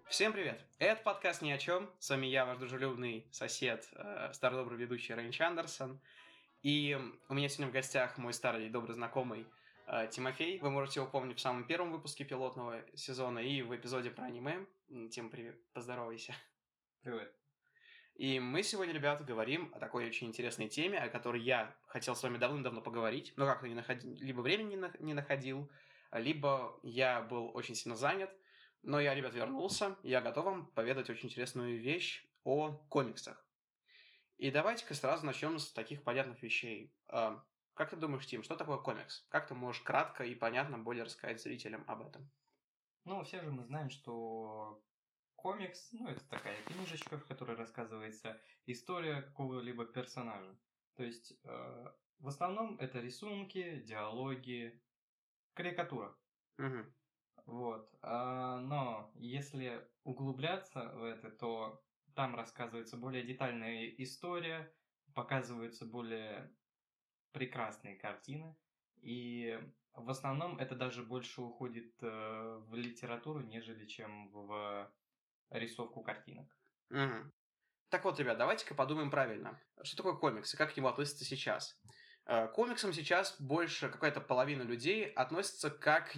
Всем привет! Это подкаст «Ни о чем». С вами я, ваш дружелюбный сосед, старый добрый ведущий Рейнч Андерсон. И у меня сегодня в гостях мой старый и добрый знакомый Тимофей. Вы можете его помнить в самом первом выпуске пилотного сезона и в эпизоде про аниме. Тим, привет, поздоровайся. Привет. И мы сегодня, ребята, говорим о такой очень интересной теме, о которой я хотел с вами давным-давно поговорить, но как-то либо времени не находил, либо я был очень сильно занят. Но я, ребят, вернулся, и я готов вам поведать очень интересную вещь о комиксах. И давайте-ка сразу начнем с таких понятных вещей. Как ты думаешь, Тим, что такое комикс? Как ты можешь кратко и понятно более рассказать зрителям об этом? Ну, все же мы знаем, что комикс, это такая книжечка, в которой рассказывается история какого-либо персонажа. То есть, в основном это рисунки, диалоги, карикатура. Угу. Вот. Но если углубляться в это, то там рассказывается более детальная история, показываются более прекрасные картины. И в основном это даже больше уходит в литературу, нежели чем в рисовку картинок. Угу. Так вот, ребят, давайте-ка подумаем правильно. Что такое комикс и как к нему относятся сейчас? К комиксам сейчас больше какая-то половина людей относится как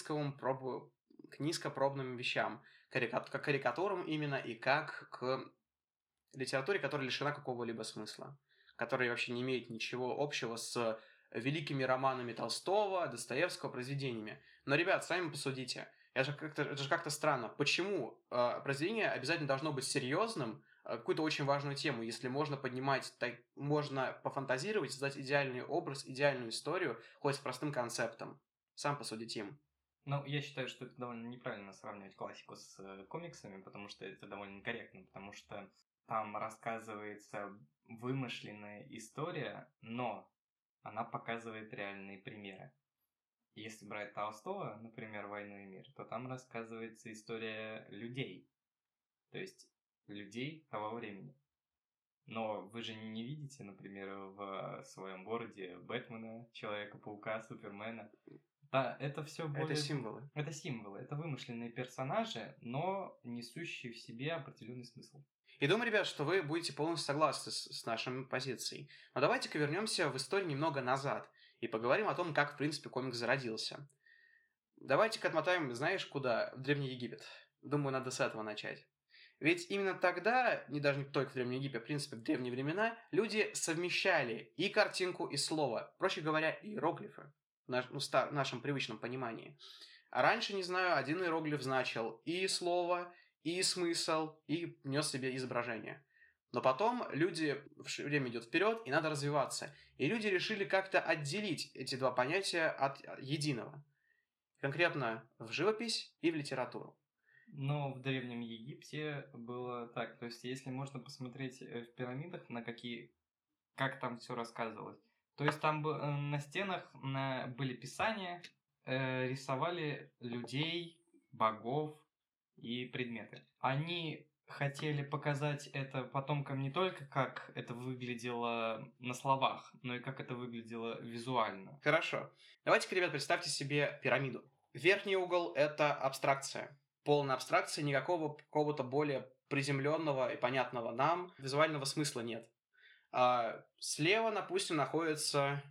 к низкопробным вещам, как к карикатурам именно, и как к литературе, которая лишена какого-либо смысла, которая вообще не имеет ничего общего с великими романами Толстого, Достоевского, произведениями. Но, ребят, сами посудите. Это же как-то странно. Почему произведение обязательно должно быть серьезным, какую-то очень важную тему, если можно поднимать, можно пофантазировать, создать идеальный образ, идеальную историю, хоть с простым концептом. Сам посуди, Тим. Ну, я считаю, что это довольно неправильно сравнивать классику с комиксами, потому что это довольно некорректно, потому что там рассказывается вымышленная история, но она показывает реальные примеры. Если брать Толстого, например, «Войну и мир», то там рассказывается история людей, то есть людей того времени. Но вы же не видите, например, в своем городе Бэтмена, Человека-паука, Супермена. Да, это все более... Это символы. Это символы, это вымышленные персонажи, но несущие в себе определенный смысл. И думаю, ребят, что вы будете полностью согласны с нашей позицией. Но давайте-ка вернемся в историю немного назад и поговорим о том, как, в принципе, комикс зародился. Давайте-ка отмотаем, знаешь, куда? В Древний Египет. Думаю, надо с этого начать. Ведь именно тогда, даже не только в Древнем Египте, а в принципе в древние времена, люди совмещали и картинку, и слово. Проще говоря, иероглифы в нашем привычном понимании. А раньше, не знаю, один иероглиф значил и слово, и смысл, и нес себе изображение. Но потом время идет вперед, и надо развиваться. И люди решили как-то отделить эти два понятия от единого. Конкретно в живопись и в литературу. Но в Древнем Египте было так, то есть если можно посмотреть в пирамидах, как там все рассказывалось, то есть там на стенах были писания, рисовали людей, богов и предметы. Они хотели показать это потомкам не только как это выглядело на словах, но и как это выглядело визуально. Хорошо. Давайте-ка, ребят, представьте себе пирамиду. Верхний угол – это абстракция. Полная абстракция, никакого какого-то более приземленного и понятного нам визуального смысла нет. А слева, допустим, находится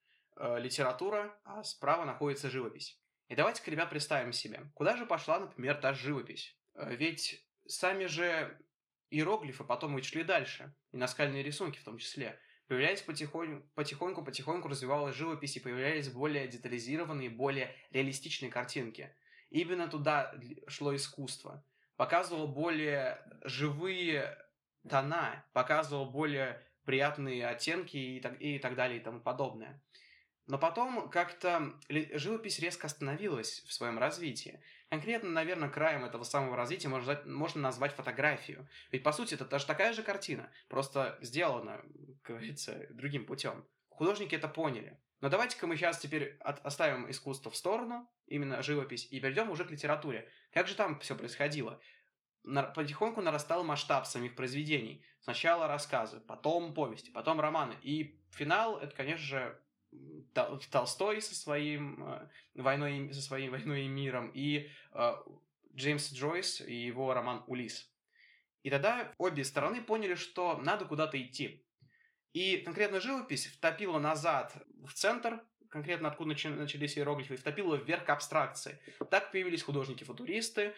литература, а справа находится живопись. И давайте-ка, ребят, представим себе, куда же пошла, например, та живопись. Ведь сами же иероглифы потом ведь шли дальше, и наскальные рисунки в том числе. Появлялись потихоньку развивалась живопись, и появлялись более детализированные, более реалистичные картинки. И именно туда шло искусство. Показывало более живые тона, показывало более приятные оттенки и так далее и тому подобное. Но потом как-то живопись резко остановилась в своем развитии. Конкретно, наверное, краем этого самого развития можно назвать фотографию. Ведь, по сути, это даже такая же картина, просто сделана, как говорится, другим путем. Художники это поняли. Но давайте-ка мы сейчас теперь оставим искусство в сторону, именно живопись, и перейдем уже к литературе. Как же там все происходило? Потихоньку нарастал масштаб самих произведений. Сначала рассказы, потом повести, потом романы. И финал, это, конечно же, Толстой со своей «Войной и миром» и Джеймс Джойс и его роман «Улисс». И тогда обе стороны поняли, что надо куда-то идти. И конкретно живопись втопила назад в центр, конкретно откуда начались иероглифы, и втопила вверх к абстракции. Так появились художники-футуристы,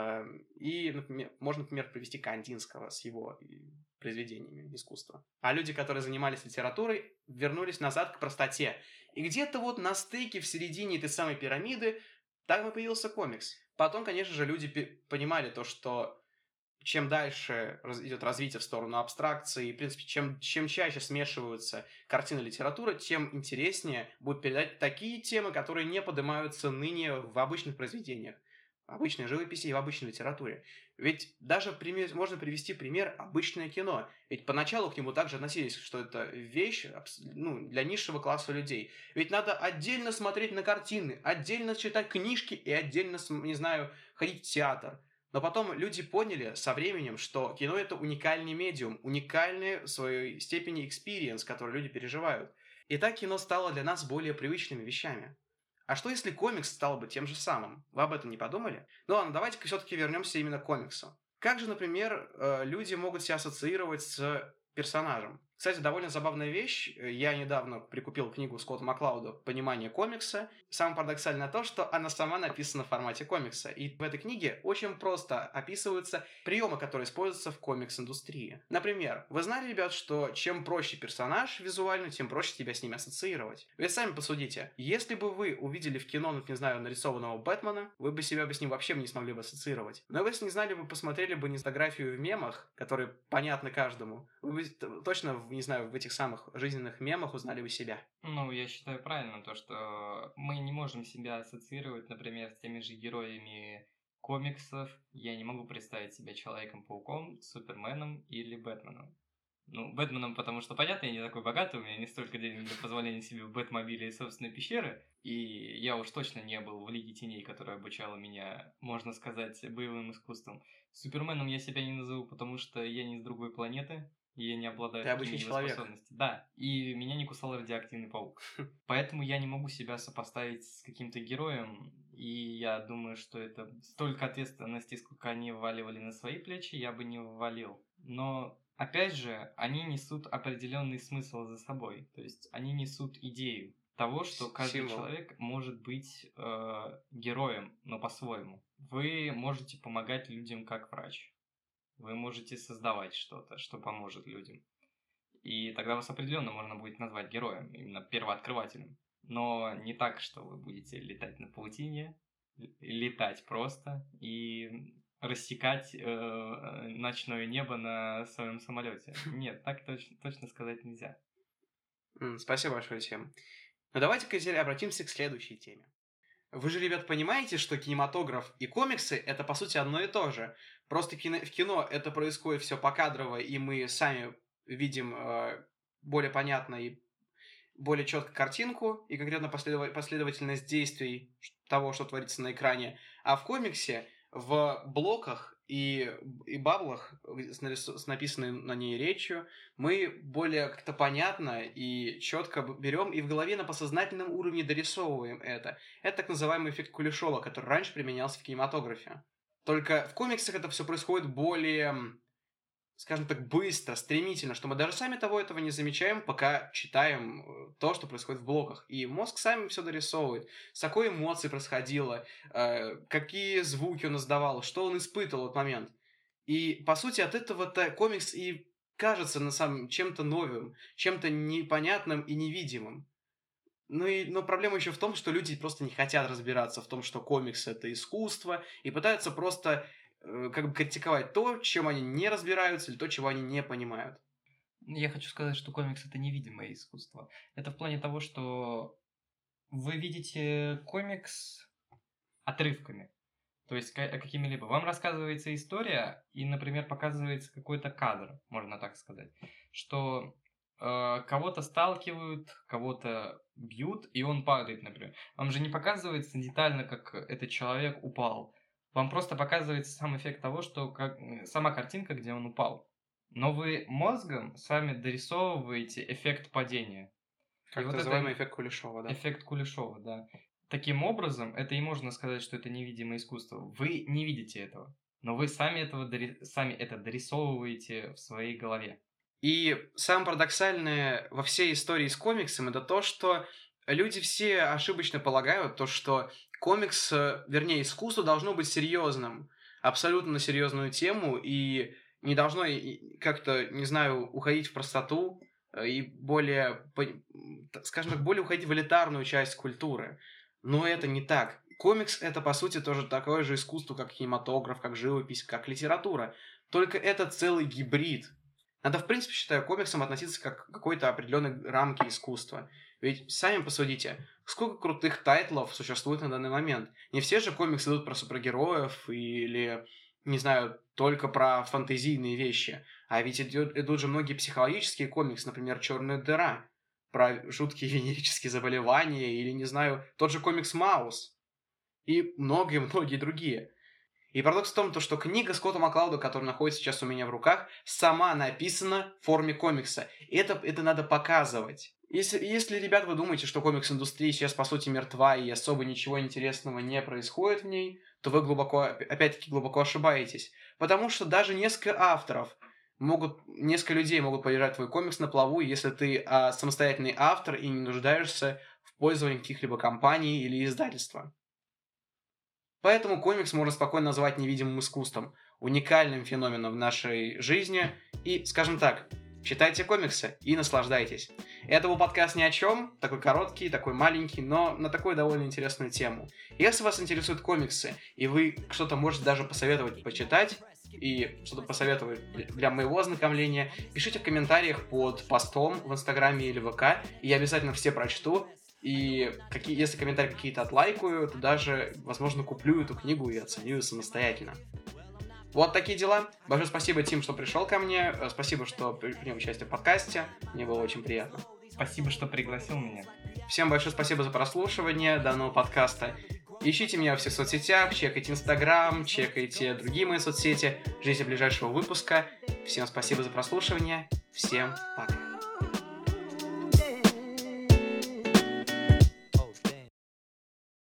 и, например, можно, например, привести Кандинского с его произведениями искусства. А люди, которые занимались литературой, вернулись назад к простоте. И где-то вот на стыке в середине этой самой пирамиды там и появился комикс. Потом, конечно же, люди понимали то, что чем дальше идет развитие в сторону абстракции, и, в принципе, чем чаще смешиваются картины и литература, тем интереснее будет передать такие темы, которые не поднимаются ныне в обычных произведениях, в обычной живописи и в обычной литературе. Ведь даже можно привести пример обычное кино. Ведь поначалу к нему также относились, что это вещь для низшего класса людей. Ведь надо отдельно смотреть на картины, отдельно читать книжки и отдельно, не знаю, ходить в театр. Но потом люди поняли со временем, что кино — это уникальный медиум, уникальный в своей степени experience, который люди переживают. И так кино стало для нас более привычными вещами. А что если комикс стал бы тем же самым? Вы об этом не подумали? Ну ладно, давайте-ка все-таки вернемся именно к комиксу. Как же, например, люди могут себя ассоциировать с персонажем? Кстати, довольно забавная вещь. Я недавно прикупил книгу Скотта Маклауда «Понимание комикса». Самое парадоксальное то, что она сама написана в формате комикса. И в этой книге очень просто описываются приемы, которые используются в комикс-индустрии. Например, вы знали, ребят, что чем проще персонаж визуально, тем проще тебя с ними ассоциировать. Вы сами посудите. Если бы вы увидели в кино, не знаю, нарисованного Бэтмена, вы бы себя с ним вообще не смогли бы ассоциировать. Но если не знали бы, посмотрели бы фотографию в мемах, которые понятны каждому, вы бы точно, не знаю, в этих самых жизненных мемах узнали бы себя. Ну, я считаю правильно то, что мы не можем себя ассоциировать, например, с теми же героями комиксов. Я не могу представить себя Человеком-пауком, Суперменом или Бэтменом. Ну, Бэтменом, потому что, понятно, я не такой богатый, у меня не столько денег для позволения себе в Бэтмобиле и собственной пещеры, и я уж точно не был в Лиге Теней, которая обучала меня, можно сказать, боевым искусством. Суперменом я себя не назову, потому что я не с другой планеты, и я не обладаю Ты обычный такими человек. способностями. Да, и меня не кусал радиоактивный паук. Поэтому я не могу себя сопоставить с каким-то героем, и я думаю, что это столько ответственности, сколько они вваливали на свои плечи, я бы не ввалил. Но опять же, они несут определенный смысл за собой. То есть они несут идею того, что каждый Символ. человек может быть героем, но по-своему. Вы можете помогать людям как врач. Вы можете создавать что-то, что поможет людям. И тогда вас определенно можно будет назвать героем, именно первооткрывателем. Но не так, что вы будете летать на паутине, летать просто и рассекать ночное небо на своем самолете. Нет, так точно сказать нельзя. Спасибо большое, Тим. Но давайте-ка теперь обратимся к следующей теме. Вы же, ребят, понимаете, что кинематограф и комиксы — это, по сути, одно и то же. Просто в кино это происходит все покадрово, и мы сами видим более понятно и более четко картинку, и конкретно последовательность действий того, что творится на экране. А в комиксе в блоках и баблах с написанной на ней речью мы более как-то понятно и четко берем и в голове на подсознательном уровне дорисовываем это. Это так называемый эффект Кулешова, который раньше применялся в кинематографе. Только в комиксах это все происходит более, скажем так, быстро, стремительно, что мы даже сами этого не замечаем, пока читаем то, что происходит в блоках. И мозг сами все дорисовывает. С какой эмоцией происходило, какие звуки он издавал, что он испытывал в этот момент. И, по сути, от этого-то комикс и кажется на самом чем-то новым, чем-то непонятным и невидимым. Но проблема еще в том, что люди просто не хотят разбираться в том, что комикс — это искусство, и пытаются просто критиковать то, чем они не разбираются, или то, чего они не понимают. Я хочу сказать, что комикс — это невидимое искусство. Это в плане того, что вы видите комикс отрывками. То есть какими-либо. Вам рассказывается история, и, например, показывается какой-то кадр, можно так сказать, что кого-то сталкивают, кого-то бьют, и он падает, например. Вам же не показывается детально, как этот человек упал. Вам просто показывается сам эффект того, что сама картинка, где он упал. Но вы мозгом сами дорисовываете эффект падения. Как называемый эффект Кулешова, да. Эффект Кулешова, да. Таким образом, это и можно сказать, что это невидимое искусство. Вы не видите этого, но вы сами это дорисовываете в своей голове. И самое парадоксальное во всей истории с комиксом это то, что люди все ошибочно полагают то, что комикс, вернее, искусство должно быть серьезным, абсолютно на серьезную тему, и не должно как-то, не знаю, уходить в простоту и более, скажем так, более уходить в элитарную часть культуры. Но это не так. Комикс — это, по сути, тоже такое же искусство, как кинематограф, как живопись, как литература. Только это целый гибрид. Надо, в принципе, считаю, к комиксам относиться как к какой-то определенной рамке искусства. Ведь сами посудите, сколько крутых тайтлов существует на данный момент. Не все же комиксы идут про супергероев или, не знаю, только про фэнтезийные вещи. А ведь идут же многие психологические комиксы, например, «Черная дыра», про жуткие венерические заболевания, или, не знаю, тот же комикс «Маус», и многие-многие другие. И парадокс в том, что книга Скотта Маклауда, которая находится сейчас у меня в руках, сама написана в форме комикса. И это надо показывать. Если, ребят, вы думаете, что комикс-индустрия сейчас, по сути, мертва и особо ничего интересного не происходит в ней, то вы опять-таки глубоко ошибаетесь. Потому что даже несколько людей могут поддержать твой комикс на плаву, если ты самостоятельный автор и не нуждаешься в пользовании каких-либо компаний или издательства. Поэтому комикс можно спокойно назвать невидимым искусством, уникальным феноменом в нашей жизни. И, скажем так, читайте комиксы и наслаждайтесь. Это был подкаст «Ни о чем», такой короткий, такой маленький, но на такую довольно интересную тему. Если вас интересуют комиксы, и вы что-то можете даже посоветовать почитать, и что-то посоветовать для моего ознакомления, пишите в комментариях под постом в Инстаграме или ВК, и я обязательно все прочту. И если комментарии какие-то отлайкаю, то даже, возможно, куплю эту книгу и оценю ее самостоятельно. Вот такие дела. Большое спасибо, Тим, что пришел ко мне. Спасибо, что принял участие в подкасте. Мне было очень приятно. Спасибо, что пригласил меня. Всем большое спасибо за прослушивание данного подкаста. Ищите меня во всех соцсетях, чекайте Инстаграм, чекайте другие мои соцсети. Ждите ближайшего выпуска. Всем спасибо за прослушивание. Всем пока.